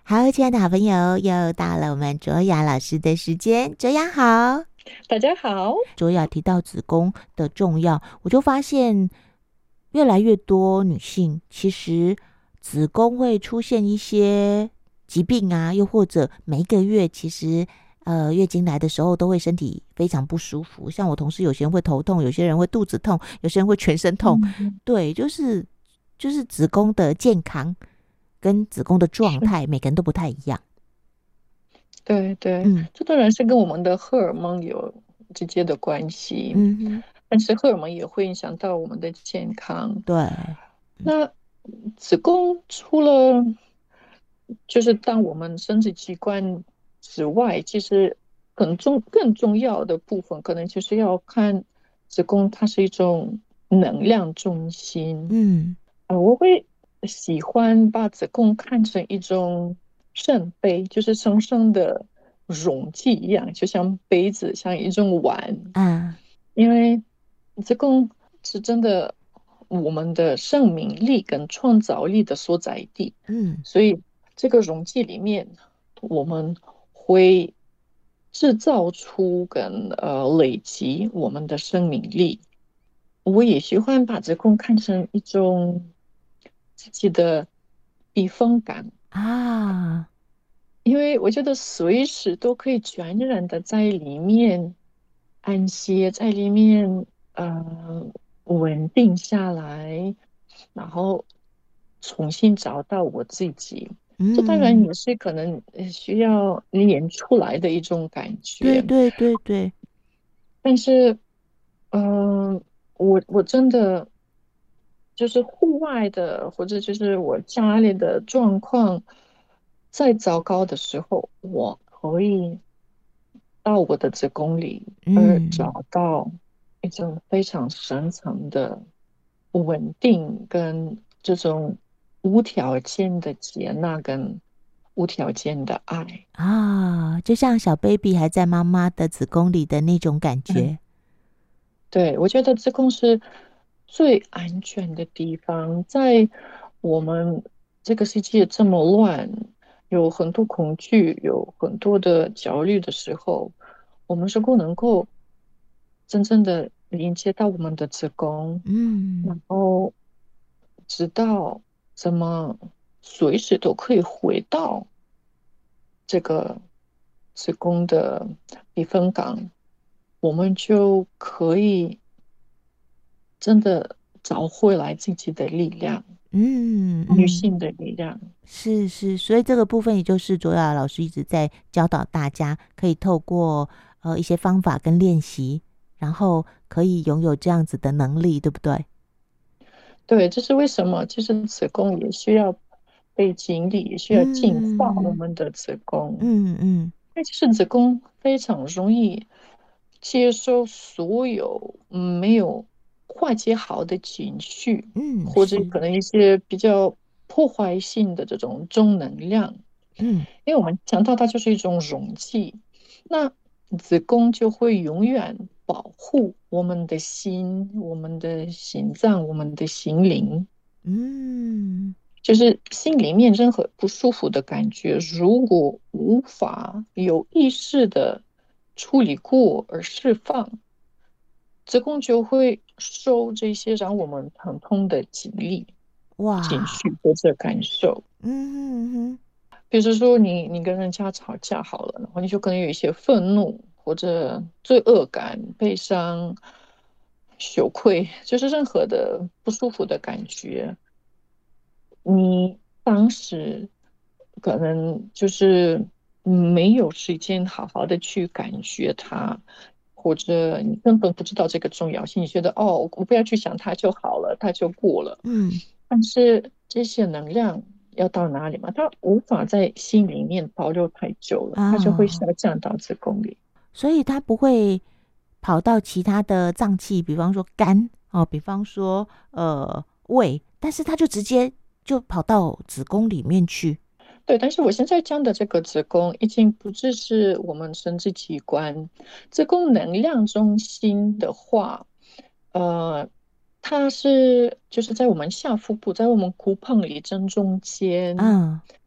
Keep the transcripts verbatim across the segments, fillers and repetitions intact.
好，亲爱的好朋友，又到了我们卓雅老师的时间。卓雅好。 大家好。 卓雅提到子宫的重要，我就发现越来越多女性其实子宫会出现一些疾病啊，又或者每一个月其实呃月经来的时候都会身体非常不舒服。像我同事有些人会头痛，有些人会肚子痛，有些人会全身痛。 嗯， 对，就是就是子宫的健康跟子宫的状是， 态，每个人都不太一样。 对对， 嗯这当然是跟我们的荷尔蒙有直接的关系， 嗯哼， 但是荷尔蒙也会影响到我们的健康。 对， 那子宫除了就是当我们生殖器官之外，其实很重更重要的部分，可能就是要看子宫它是一种能量中心。 嗯呃，我会喜欢把子宫看成一种圣杯，就是生生的容器一样，就像杯子，像一种碗。 啊因为子宫是真的我们的生命力跟创造力的所在地， 嗯所以这个容器里面，我们会制造出跟呃累积我们的生命力。我也喜欢把子宫看成一种自己的避风港， 啊， 因为我觉得随时都可以全然的在里面安歇，在里面呃稳定下来，然后重新找到我自己。这当然嗯， 也是可能呃需要练出来的一种感觉， 对对对对， 但是，嗯、我我真的就是户外的，或者就是我家里的状况再糟糕的时候，我可以到我的子宫里，而嗯。 找到一种非常深层的稳定跟这种无条件的接纳跟无条件的爱。 啊，就像小 baby 还在妈妈的子宫里的那种感嗯。 觉。 对，我觉得自贡是最安全的地方。在我们这个世界这么乱，有很多恐惧，有很多的焦虑的时候，我们如果能够真正的连接到我们的子宫， 嗯然后知道怎么随时都可以回到这个子宫的避风港，我们就可以真的找回来自己的力量， 嗯嗯， 女性的力量。 是是，所以这个部分也就是卓雅老师一直在教导大家，可以透过呃一些方法跟练习，然后可以拥有这样子的能力，对不对？ 对，这是为什么？其实子宫也需要被经历，也需要净化我嗯们的子宫。 嗯嗯那其实子宫非常容易接收所有嗯没有化解好的情绪， 嗯， 或者是， 可能一些比较破坏性的这种正能量。 嗯因为我们强调它就是一种容器，那子宫就会永远保护我们的心、我们的心脏、我们的心灵。 嗯就是心里面任何不舒服的感觉，如果无法有意识的处理过而释放，子宫就会收这些让我们疼痛的经历、情哇， 绪或者感受。 嗯哼比如说你你跟人家吵架好了，然后你就可能有一些愤怒或者罪恶感、悲伤、羞愧，就是任何的不舒服的感觉，你当时可能就是没有时间好好的去感觉它，或者你根本不知道这个重要性，你觉得哦，我不要去想它就好了，它就过了。 嗯但是这些能量要到哪里嘛？它无法在心里面保留太久了，它就会下啊。 降到子宫里。 所以它不会跑到其他的脏器，比方说肝哦，比方说呃胃，但是它就直接就跑到子宫里面去。 对，但是我现在讲的这个子宫已经不只是我们生殖器官，子宫能量中心的话，呃，它是就是在我们下腹部，在我们骨盆里正中间， 嗯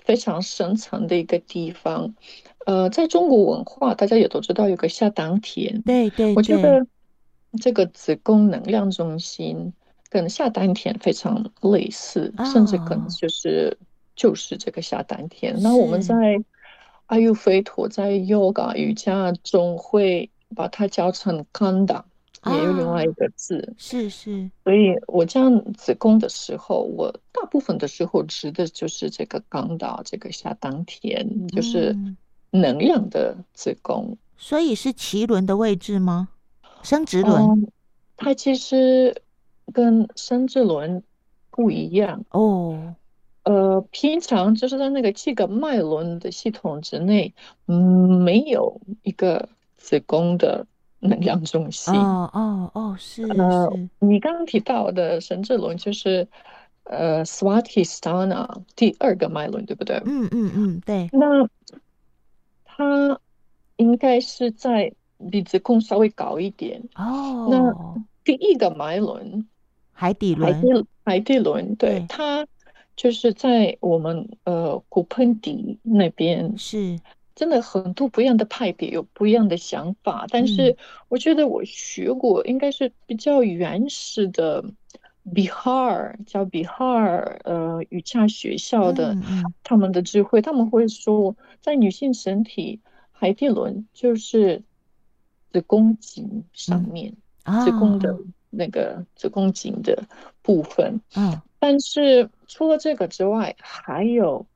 非常深层的一个地方。呃，在中国文化，大家也都知道有个下丹田， 对对对我觉得这个子宫能量中心跟下丹田非常类似，甚至可能啊， 就是就是这个下丹田。那我们在是阿育吠陀、在 yoga 瑜伽中会把它叫成 kanda，也有另外一啊， 个字。 是是， 所以我这样子宫的时候，我大部分的时候指的就是这个肛岛，这个下丹田，就是嗯， 能量的子宫。 所以是脐轮的位置吗？生殖轮？ 嗯，它其实跟生殖轮不一样。 哦， 呃，平常就是在那个这个脉轮的系统之内，嗯，没有一个子宫的能量中心。 哦哦哦，是呃， 是， 你刚刚提到的神智轮就是呃 Swatisthana 第二个脉轮，对不对？ 嗯嗯嗯，对， 那它应该是在比子宫稍微高一点。那哦， 第一个脉轮海底海地轮， 海地轮，对， 对， 它就是在我们呃骨盆底那边。 是， 真的很多不一样的派别有不一样的想法，但嗯是我觉得我学过应该是比较原始的 Bihar 叫 Bihar 呃瑜伽学校的嗯嗯他们的智慧，他们会说，在女性身体海底轮就是子宫颈上嗯， 面， 啊子宫的啊， 那个子宫颈的部分。 嗯但是除了这个之外，还有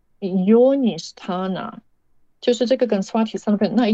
Yonisthana，就是这个跟 Swati 相分。那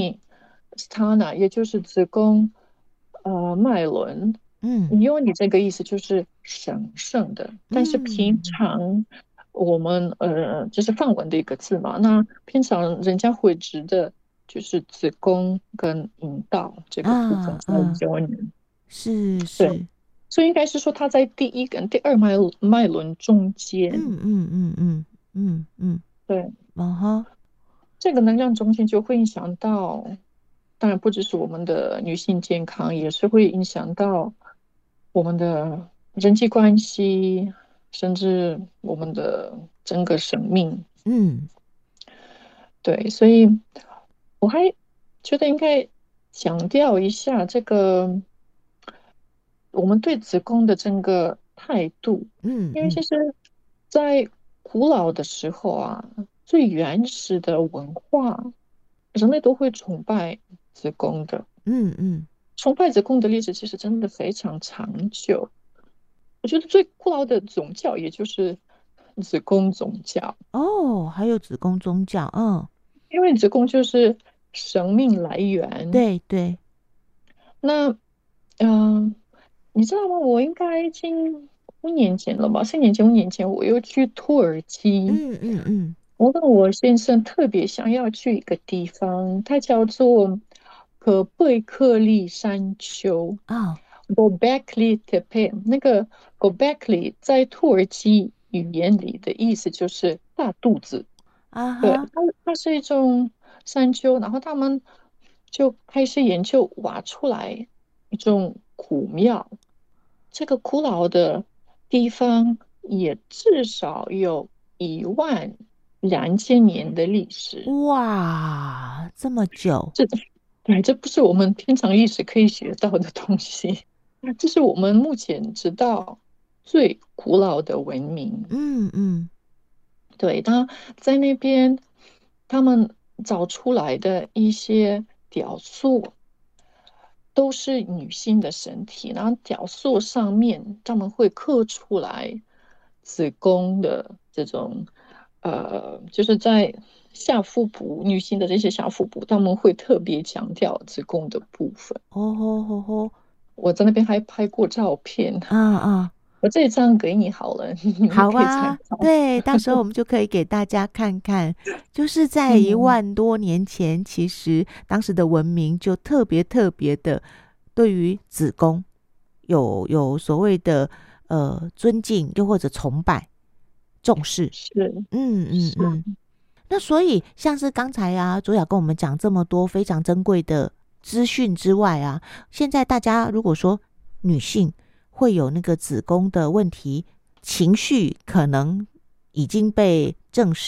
Yonisthana 也就是子宫呃脉轮嗯 ，Yoni 这个意思就是神圣的，但是平嗯常我们呃就是梵文的一个字嘛，那平常人家会指的就是子宫跟阴道这个部分叫啊啊， Yoni。对， 是是， 所以应该是说它在第一跟第二脉脉轮中间。 嗯嗯嗯嗯嗯嗯， 对， 哦哈， 这个能量中心就会影响到，当然不只是我们的女性健康，也是会影响到我们的人际关系，甚至我们的整个生命。 嗯对，所以我还觉得应该强调一下这个我们对子宫的整个态度， 嗯嗯因为其实，在古老的时候啊，最原始的文化，人类都会崇拜子宫的。 嗯嗯， 崇拜子宫的历史其实真的非常长久。我觉得最古老的宗教也就是子宫宗教， 哦，还有子宫宗教，嗯， 因为子宫就是生命来源。 对对， 那，嗯、你知道吗？我应该已经五年前了吧，四年前、五年前，我又去土耳其。 嗯嗯嗯， 我跟我先生特别想要去一个地方，它叫做可贝克利山丘啊 （Göbekli Tepe）。那个 Göbekli 在土耳其语言里的意思就是大肚子。对， 啊哈， 它它是一种山丘，然后他们就开始研究挖出来一种古庙。这个古老的地方也至少有一万两千年的历史。 哇，这么久， 这对，这不是我们平常历史可以学到的东西，这是我们目前知道最古老的文明。 嗯嗯对，他在那边，他们找出来的一些雕塑都是女性的身体，然后雕塑上面他们会刻出来子宫的这种，呃，就是在下腹部女性的这些下腹部，他们会特别强调子宫的部分。 哦吼吼吼， 我在那边还拍过照片， 啊啊。 我这一张给你好了，你可以参好啊， 考。 对，到时候我们就可以给大家看看，就是在一嗯， 万多年前，其实当时的文明就特别特别的对于子宫有有所谓的呃尊敬，又或者崇拜、重视。 是嗯嗯是。 嗯。那所以像是刚才啊，卓雅跟我们讲这么多非常珍贵的资讯之外啊，现在大家如果说女性会有那个子宫的问题，情绪可能已经被证实，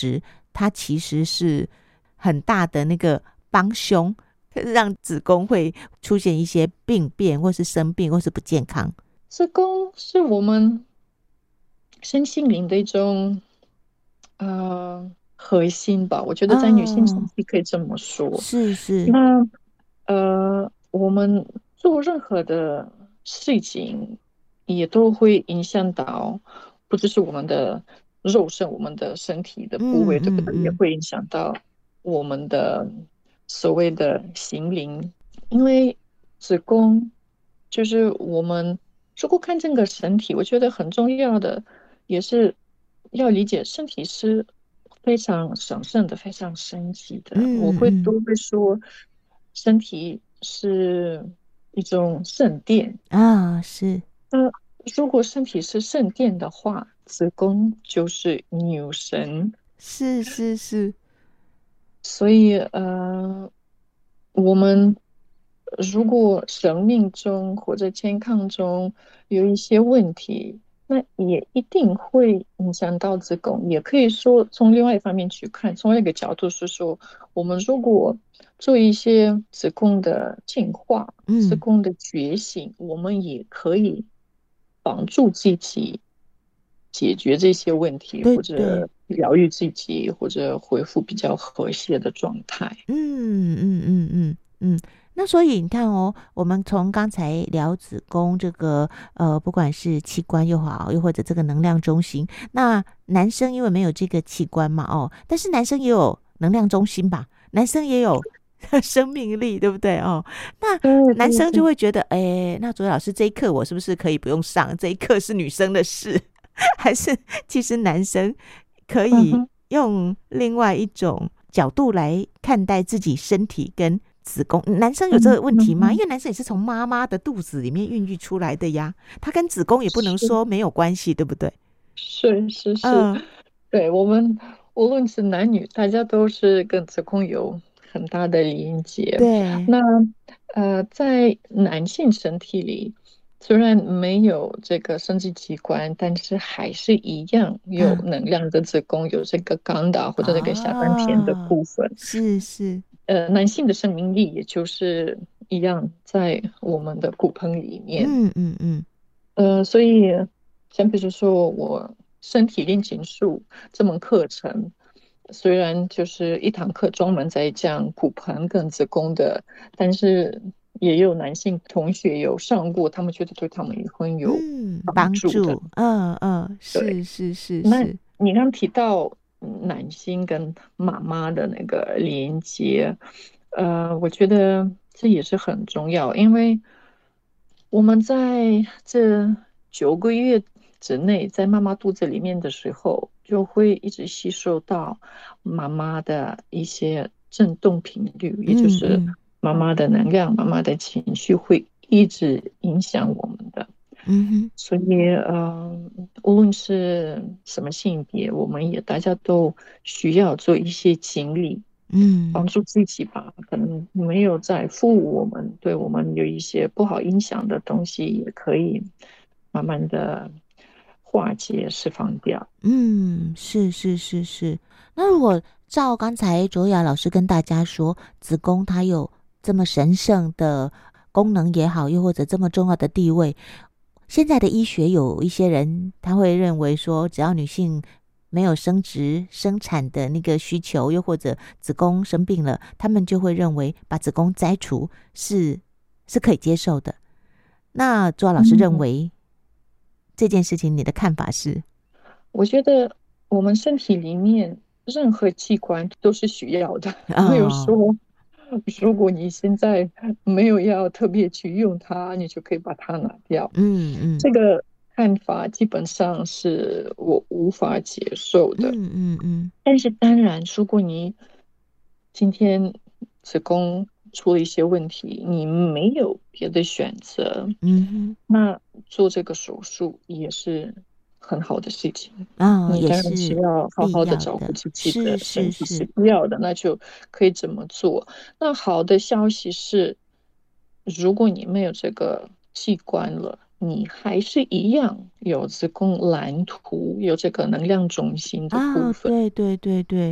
它其实是很大的那个帮凶，让子宫会出现一些病变或是生病或是不健康。 子宫是我们身心灵的一种呃核心吧，我觉得在女性身哦， 体可以这么说。 是是， 那呃，我们做任何的事情，也都会影响到，不只是我们的肉身，我们的身体的部嗯位，对不对？也嗯嗯会影响到我们的所谓的心灵，因为子宫就是我们如果看整个身体，我觉得很重要的也是要理解身体是非常神圣的、非常神奇的。我嗯嗯会都会说，身体是一种圣殿。 啊，是那如果身体是圣殿的话，子宫就是女神。 是是是， 所以，呃，我们如果生命中或者健康中有一些问题，那也一定会影响到子宫。也可以说，从另外一方面去看，从另一个角度是说，我们如果做一些子宫的净化、子嗯， 宫的觉醒，我们也可以帮助自己解决这些问题，或对对。 者疗愈自己，或者恢复比较和谐的状态。 嗯嗯嗯嗯嗯，那所以你看哦，我们从刚才聊子宫这个呃，不管是器官又好，又或者这个能量中心，那男生因为没有这个器官嘛，哦，但是男生也有能量中心吧，男生也有生命力，对不对哦？那对男生就对对， 会觉得，哎，那卓老师这一课我是不是可以不用上？这一课是女生的事，还是其实男生可以嗯哼， 用另外一种角度来看待自己身体跟子宫？男生有这嗯个问题吗？因嗯嗯， 为男生也是从妈妈的肚子里面孕育出来的呀，他跟子宫也不能是说没有关系，对不对？ 是是是， 嗯， 对，我们无论是男女，大家都是跟子宫有很大的连接。 对， 那呃，在男性身体里，虽然没有这个生殖器官，但是还是一样有嗯能量的子宫，有这个肛岛或者那个下丹田的啊， 部分。 是是， 呃，男性的生命力也就是一样在我们的骨盆里面。 嗯嗯嗯呃，所以像比如说我身体炼金术这门课程，虽然就是一堂课专门在讲骨盆跟子宫的，但是也有男性同学有上过，他们觉得对他们也很有嗯， 帮助的。 帮助，嗯嗯， 对， 是是是那是， 你刚提到嗯男性跟妈妈的那个连接，呃，我觉得这也是很重要，因为我们在这九个月之内，在妈妈肚子里面的时候，就会一直吸收到妈妈的一些振动频率，也就是嗯嗯妈妈的能量、妈妈的情绪会一直影响我们的。 嗯哼， 所以，呃，无论是什么性别，我们也大家都需要做一些经历， 嗯。 帮助自己吧。可能没有在赋予我们，对我们有一些不好影响的东西，也可以慢慢的化解、释放掉。 嗯，是是是是。那如果照刚才卓雅老师跟大家说，子宫它有这么神圣的功能也好，又或者这么重要的地位，现在的医学有一些人他会认为说，只要女性没有生殖生产的那个需求，又或者子宫生病了，他们就会认为把子宫摘除是是可以接受的。那卓雅老师认嗯， 为这件事情，你的看法是？ 我觉得我们身体里面任何器官都是需要的，没有哦， 说如果你现在没有要特别去用它，你就可以把它拿掉。 嗯嗯这个看法基本上是我无法接受的。 嗯嗯嗯但是当然，如果你今天子宫出了一些问题，你没有别的选择， 嗯哼， 那做这个手术也是很好的事情。 哦， 你也当然是是要好必好的要的， 照顾自己是的身体是是是， 必要的，那就可以这么做。那好的消息是，如果你没有这个器官了，你还是一样有子宫蓝图，有这个能量中心的部啊， 分。 对对对对，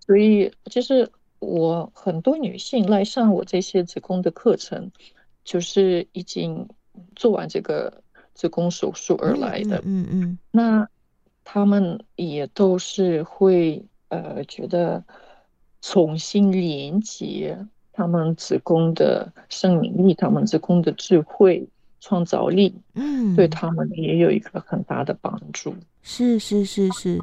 所以其实我很多女性来上我这些子宫的课程，就是已经做完这个子宫手术而嗯嗯来的。 嗯嗯那她们也都是会呃觉得重新连接她们子宫的生命力，她们子宫的智慧、创造力，对嗯， 她们也有一个很大的帮助。 是是是是，